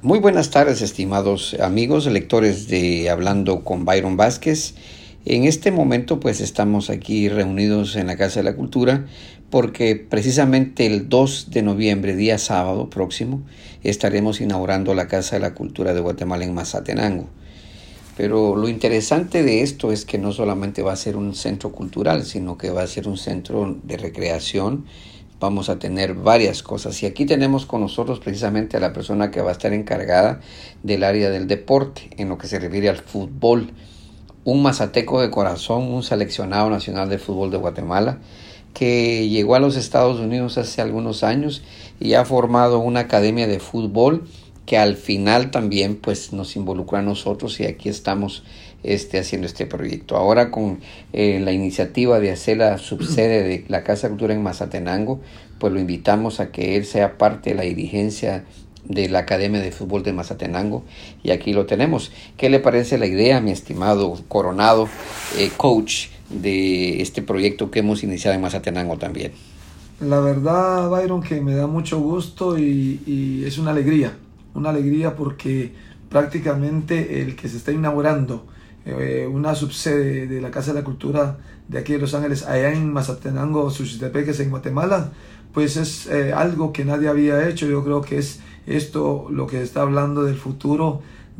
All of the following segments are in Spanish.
Muy buenas tardes, estimados amigos, lectores de Hablando con Byron Vázquez. En este momento pues estamos aquí reunidos en la Casa de la Cultura porque precisamente el 2 de noviembre, día sábado próximo, estaremos inaugurando la Casa de la Cultura de Guatemala en Mazatenango. Pero lo interesante de esto es que no solamente va a ser un centro cultural, sino que va a ser un centro de recreación. Vamos a tener varias cosas y aquí tenemos con nosotros precisamente a la persona que va a estar encargada del área del deporte en lo que se refiere al fútbol. Un mazateco de corazón, un seleccionado nacional de fútbol de Guatemala que llegó a los Estados Unidos hace algunos años y ha formado una academia de fútbol que al final también pues nos involucró a nosotros y aquí estamos haciendo este proyecto. Ahora con la iniciativa de hacer la subsede de la Casa de Cultura en Mazatenango, pues lo invitamos a que él sea parte de la dirigencia de la Academia de Fútbol de Mazatenango y aquí lo tenemos. ¿Qué le parece la idea, mi estimado Coronado, coach de este proyecto que hemos iniciado en Mazatenango también? La verdad, Byron, que me da mucho gusto y es una alegría porque prácticamente el que se está inaugurando una subsede de la Casa de la Cultura de aquí de Los Ángeles, allá en Mazatenango, Suchitepeques, en Guatemala, pues es algo que nadie había hecho. Yo creo que es esto lo que está hablando del futuro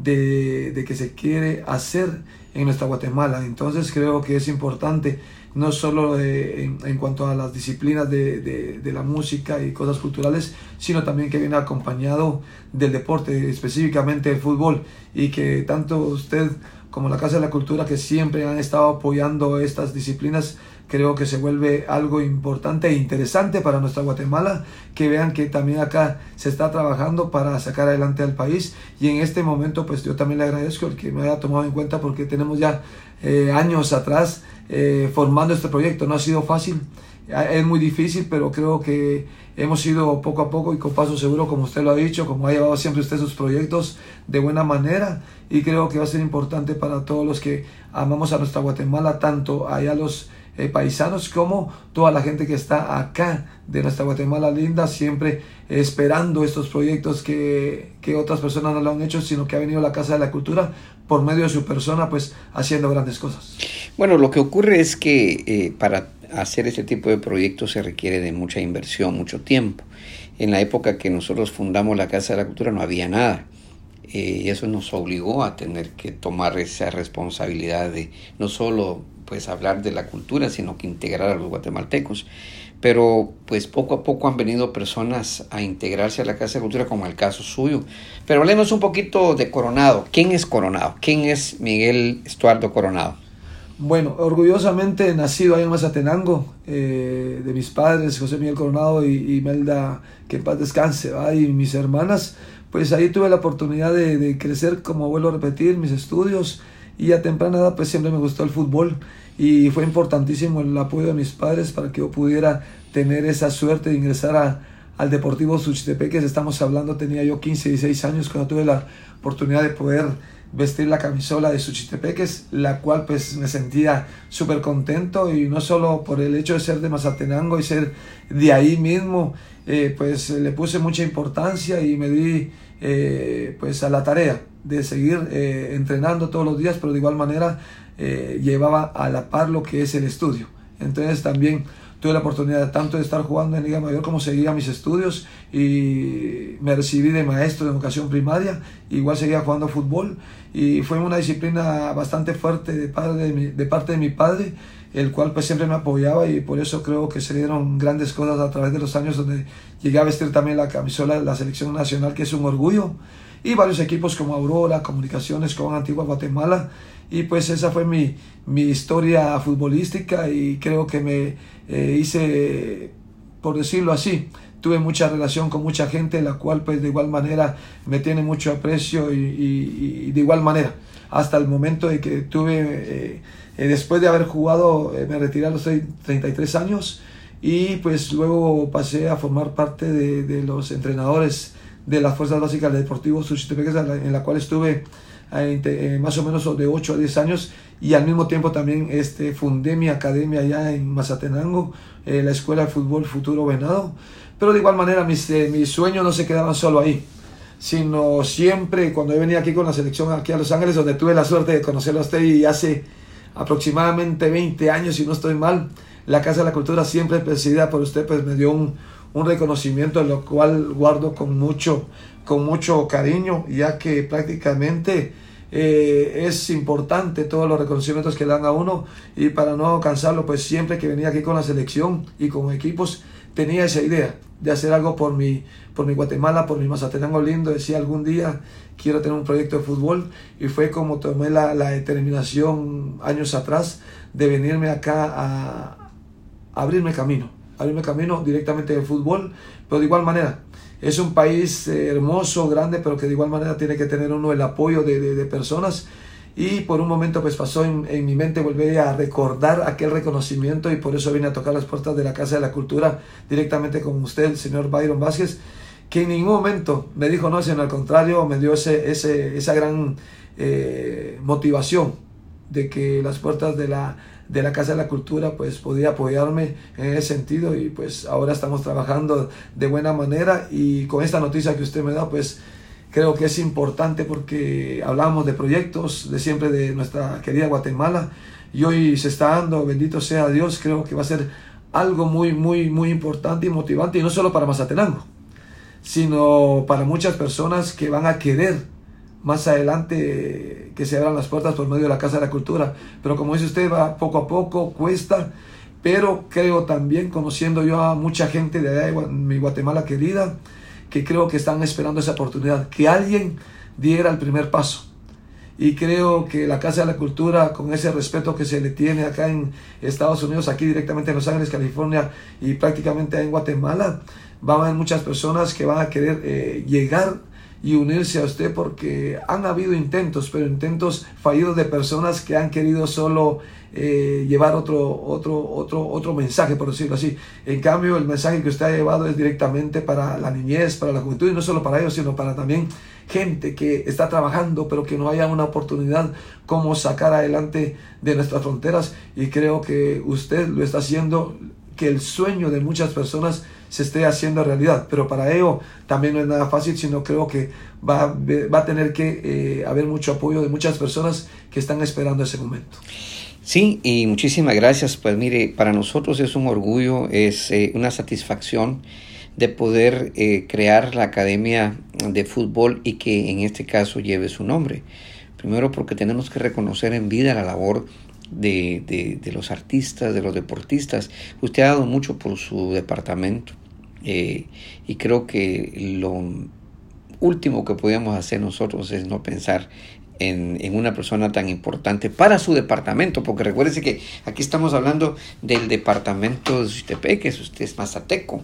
de que se quiere hacer en nuestra Guatemala. Entonces creo que es importante, no solo en cuanto a las disciplinas de la música y cosas culturales, sino también que viene acompañado del deporte, específicamente el fútbol, y que tanto usted como la Casa de la Cultura, que siempre han estado apoyando estas disciplinas, creo que se vuelve algo importante e interesante para nuestra Guatemala, que vean que también acá se está trabajando para sacar adelante al país. Y en este momento pues yo también le agradezco el que me haya tomado en cuenta, porque tenemos ya años atrás formando este proyecto. No ha sido fácil, es muy difícil, pero creo que hemos ido poco a poco y con paso seguro, como usted lo ha dicho, como ha llevado siempre usted sus proyectos de buena manera, y creo que va a ser importante para todos los que amamos a nuestra Guatemala, tanto allá los paisanos como toda la gente que está acá de nuestra Guatemala linda, siempre esperando estos proyectos que otras personas no lo han hecho, sino que ha venido la Casa de la Cultura por medio de su persona, pues haciendo grandes cosas. Bueno, lo que ocurre es que para hacer este tipo de proyectos se requiere de mucha inversión, mucho tiempo. En la época que nosotros fundamos la Casa de la Cultura no había nada. Y eso nos obligó a tener que tomar esa responsabilidad de no solo pues hablar de la cultura, sino que integrar a los guatemaltecos. Pero pues poco a poco han venido personas a integrarse a la Casa de Cultura, como el caso suyo. Pero hablemos un poquito de Coronado. ¿Quién es Coronado? ¿Quién es Miguel Estuardo Coronado? Bueno, orgullosamente nacido ahí en Mazatenango, de mis padres, José Miguel Coronado y Imelda, que en paz descanse, ¿va? Y mis hermanas, pues ahí tuve la oportunidad de crecer, como vuelvo a repetir, mis estudios, y a temprana edad pues siempre me gustó el fútbol y fue importantísimo el apoyo de mis padres para que yo pudiera tener esa suerte de ingresar al Deportivo Suchitepeques. Estamos hablando, tenía yo 15, 16 años cuando tuve la oportunidad de poder vestir la camisola de Suchitepeques, la cual pues me sentía súper contento, y no solo por el hecho de ser de Mazatenango y ser de ahí mismo, pues le puse mucha importancia y me di pues a la tarea de seguir entrenando todos los días, pero de igual manera llevaba a la par lo que es el estudio. Entonces también tuve la oportunidad tanto de estar jugando en Liga Mayor como seguía mis estudios, y me recibí de maestro de educación primaria, igual seguía jugando fútbol, y fue una disciplina bastante fuerte de parte de mi padre, el cual pues siempre me apoyaba, y por eso creo que se dieron grandes cosas a través de los años, donde llegué a vestir también la camisola de la selección nacional, que es un orgullo, y varios equipos como Aurora, Comunicaciones, con Antigua Guatemala. Y pues esa fue mi historia futbolística, y creo que me hice, por decirlo así, tuve mucha relación con mucha gente, la cual pues de igual manera me tiene mucho aprecio, y de igual manera hasta el momento de que tuve, después de haber jugado, me retiré a los 33 años, y pues luego pasé a formar parte de los entrenadores de las Fuerzas Básicas del Deportivo Suchitepeques, en la cual estuve más o menos de 8 a 10 años, y al mismo tiempo también fundé mi academia allá en Mazatenango, la Escuela de Fútbol Futuro Venado. Pero de igual manera mis sueños no se quedaban solo ahí, sino siempre cuando he venido aquí con la selección aquí a Los Ángeles, donde tuve la suerte de conocerlo a usted y hace aproximadamente 20 años, si no estoy mal, la Casa de la Cultura siempre presidida por usted, pues me dio un reconocimiento, lo cual guardo con mucho cariño, ya que prácticamente es importante todos los reconocimientos que dan a uno, y para no cansarlo, pues siempre que venía aquí con la selección y con equipos tenía esa idea de hacer algo por mi Guatemala, por mi Mazatenango lindo. Decía, algún día quiero tener un proyecto de fútbol, y fue como tomé la determinación años atrás de venirme acá a abrirme camino directamente del fútbol. Pero de igual manera es un país hermoso, grande, pero que de igual manera tiene que tener uno el apoyo de personas. Y por un momento pues pasó en mi mente volver a recordar aquel reconocimiento, y por eso vine a tocar las puertas de la Casa de la Cultura directamente con usted, el señor Byron Vázquez, que en ningún momento me dijo no, sino al contrario, me dio esa gran motivación de que las puertas de la Casa de la Cultura pues podía apoyarme en ese sentido. Y pues ahora estamos trabajando de buena manera, y con esta noticia que usted me da, pues creo que es importante, porque hablábamos de proyectos de siempre de nuestra querida Guatemala, y hoy se está dando, bendito sea Dios. Creo que va a ser algo muy importante y motivante, y no solo para Mazatenango, sino para muchas personas que van a querer más adelante que se abran las puertas por medio de la Casa de la Cultura. Pero como dice usted, va poco a poco, cuesta, pero creo también, conociendo yo a mucha gente de allá de mi Guatemala querida, que creo que están esperando esa oportunidad, que alguien diera el primer paso. Y creo que la Casa de la Cultura, con ese respeto que se le tiene acá en Estados Unidos, aquí directamente en Los Ángeles, California, y prácticamente en Guatemala, van a haber muchas personas que van a querer llegar y unirse a usted, porque han habido intentos, pero intentos fallidos de personas que han querido solo llevar otro mensaje, por decirlo así. En cambio, el mensaje que usted ha llevado es directamente para la niñez, para la juventud, y no solo para ellos, sino para también gente que está trabajando, pero que no haya una oportunidad como sacar adelante de nuestras fronteras. Y creo que usted lo está haciendo, que el sueño de muchas personas se esté haciendo realidad, pero para ello también no es nada fácil, sino creo que va a tener que haber mucho apoyo de muchas personas que están esperando ese momento. Sí, y muchísimas gracias. Pues mire, para nosotros es un orgullo, es una satisfacción de poder crear la Academia de Fútbol, y que en este caso lleve su nombre. Primero porque tenemos que reconocer en vida la labor de los artistas, de los deportistas. Usted ha dado mucho por su departamento, y creo que lo último que podíamos hacer nosotros es no pensar en una persona tan importante para su departamento, porque recuérdese que aquí estamos hablando del departamento de Suchitepeques, usted es mazateco.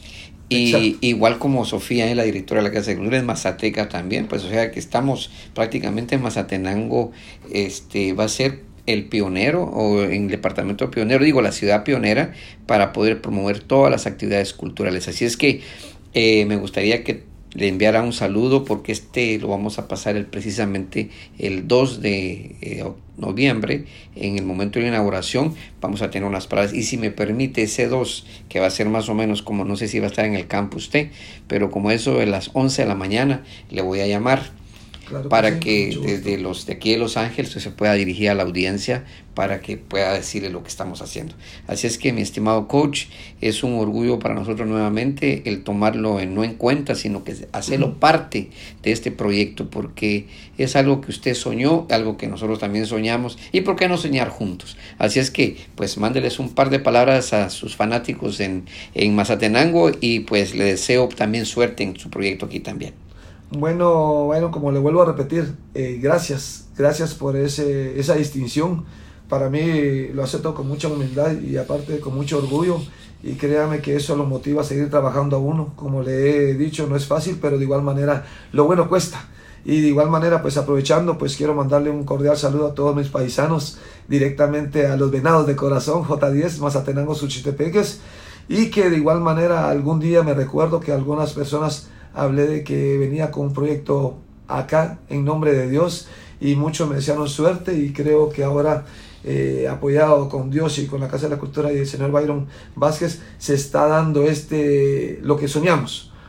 Y igual como Sofía es la directora de la Casa de Cultura, es mazateca también, pues o sea que estamos prácticamente en Mazatenango, va a ser el pionero, o en el departamento pionero, digo la ciudad pionera, para poder promover todas las actividades culturales. Así es que me gustaría que le enviara un saludo, porque lo vamos a pasar precisamente el 2 de noviembre, en el momento de la inauguración. Vamos a tener unas paradas, y si me permite, ese 2, que va a ser más o menos como, no sé si va a estar en el campo usted, pero como eso de las 11 de la mañana, le voy a llamar. Claro, para que desde de aquí de Los Ángeles se pueda dirigir a la audiencia, para que pueda decirle lo que estamos haciendo. Así es que, mi estimado coach, es un orgullo para nosotros nuevamente el tomarlo no en cuenta, sino que hacerlo parte de este proyecto, porque es algo que usted soñó, algo que nosotros también soñamos, y por qué no soñar juntos. Así es que pues mándeles un par de palabras a sus fanáticos en Mazatenango, y pues le deseo también suerte en su proyecto aquí también. Bueno, como le vuelvo a repetir, gracias por esa distinción. Para mí lo acepto con mucha humildad, y aparte con mucho orgullo, y créame que eso lo motiva a seguir trabajando a uno. Como le he dicho, no es fácil, pero de igual manera lo bueno cuesta. Y de igual manera, pues aprovechando, pues quiero mandarle un cordial saludo a todos mis paisanos, directamente a los Venados de Corazón, J10, Mazatenango, Suchitepeques, y que de igual manera algún día me recuerdo que algunas personas hablé de que venía con un proyecto acá en nombre de Dios, y muchos me desearon suerte, y creo que ahora apoyado con Dios y con la Casa de la Cultura y el señor Byron Vázquez, se está dando lo que soñamos,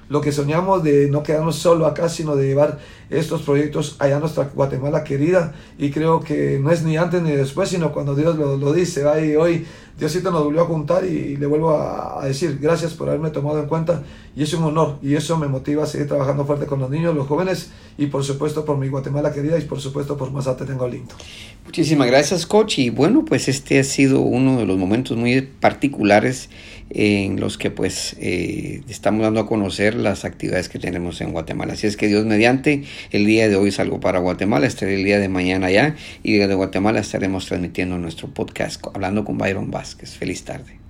lo que soñamos de no quedarnos solo acá, sino de llevar estos proyectos allá a nuestra Guatemala querida, y creo que no es ni antes ni después, sino cuando Dios lo dice, ¿va? Y hoy Diosito nos volvió a juntar y le vuelvo a decir gracias por haberme tomado en cuenta, y es un honor, y eso me motiva a seguir trabajando fuerte con los niños, los jóvenes, y por supuesto por mi Guatemala querida, y por supuesto por Mazatenango lindo. Muchísimas gracias, coach. Y bueno, pues este ha sido uno de los momentos muy particulares en los que pues estamos dando a conocer las actividades que tenemos en Guatemala. Así es que Dios mediante, el día de hoy salgo para Guatemala, estaré el día de mañana allá, y desde Guatemala estaremos transmitiendo nuestro podcast Hablando con Byron Vázquez. Feliz tarde.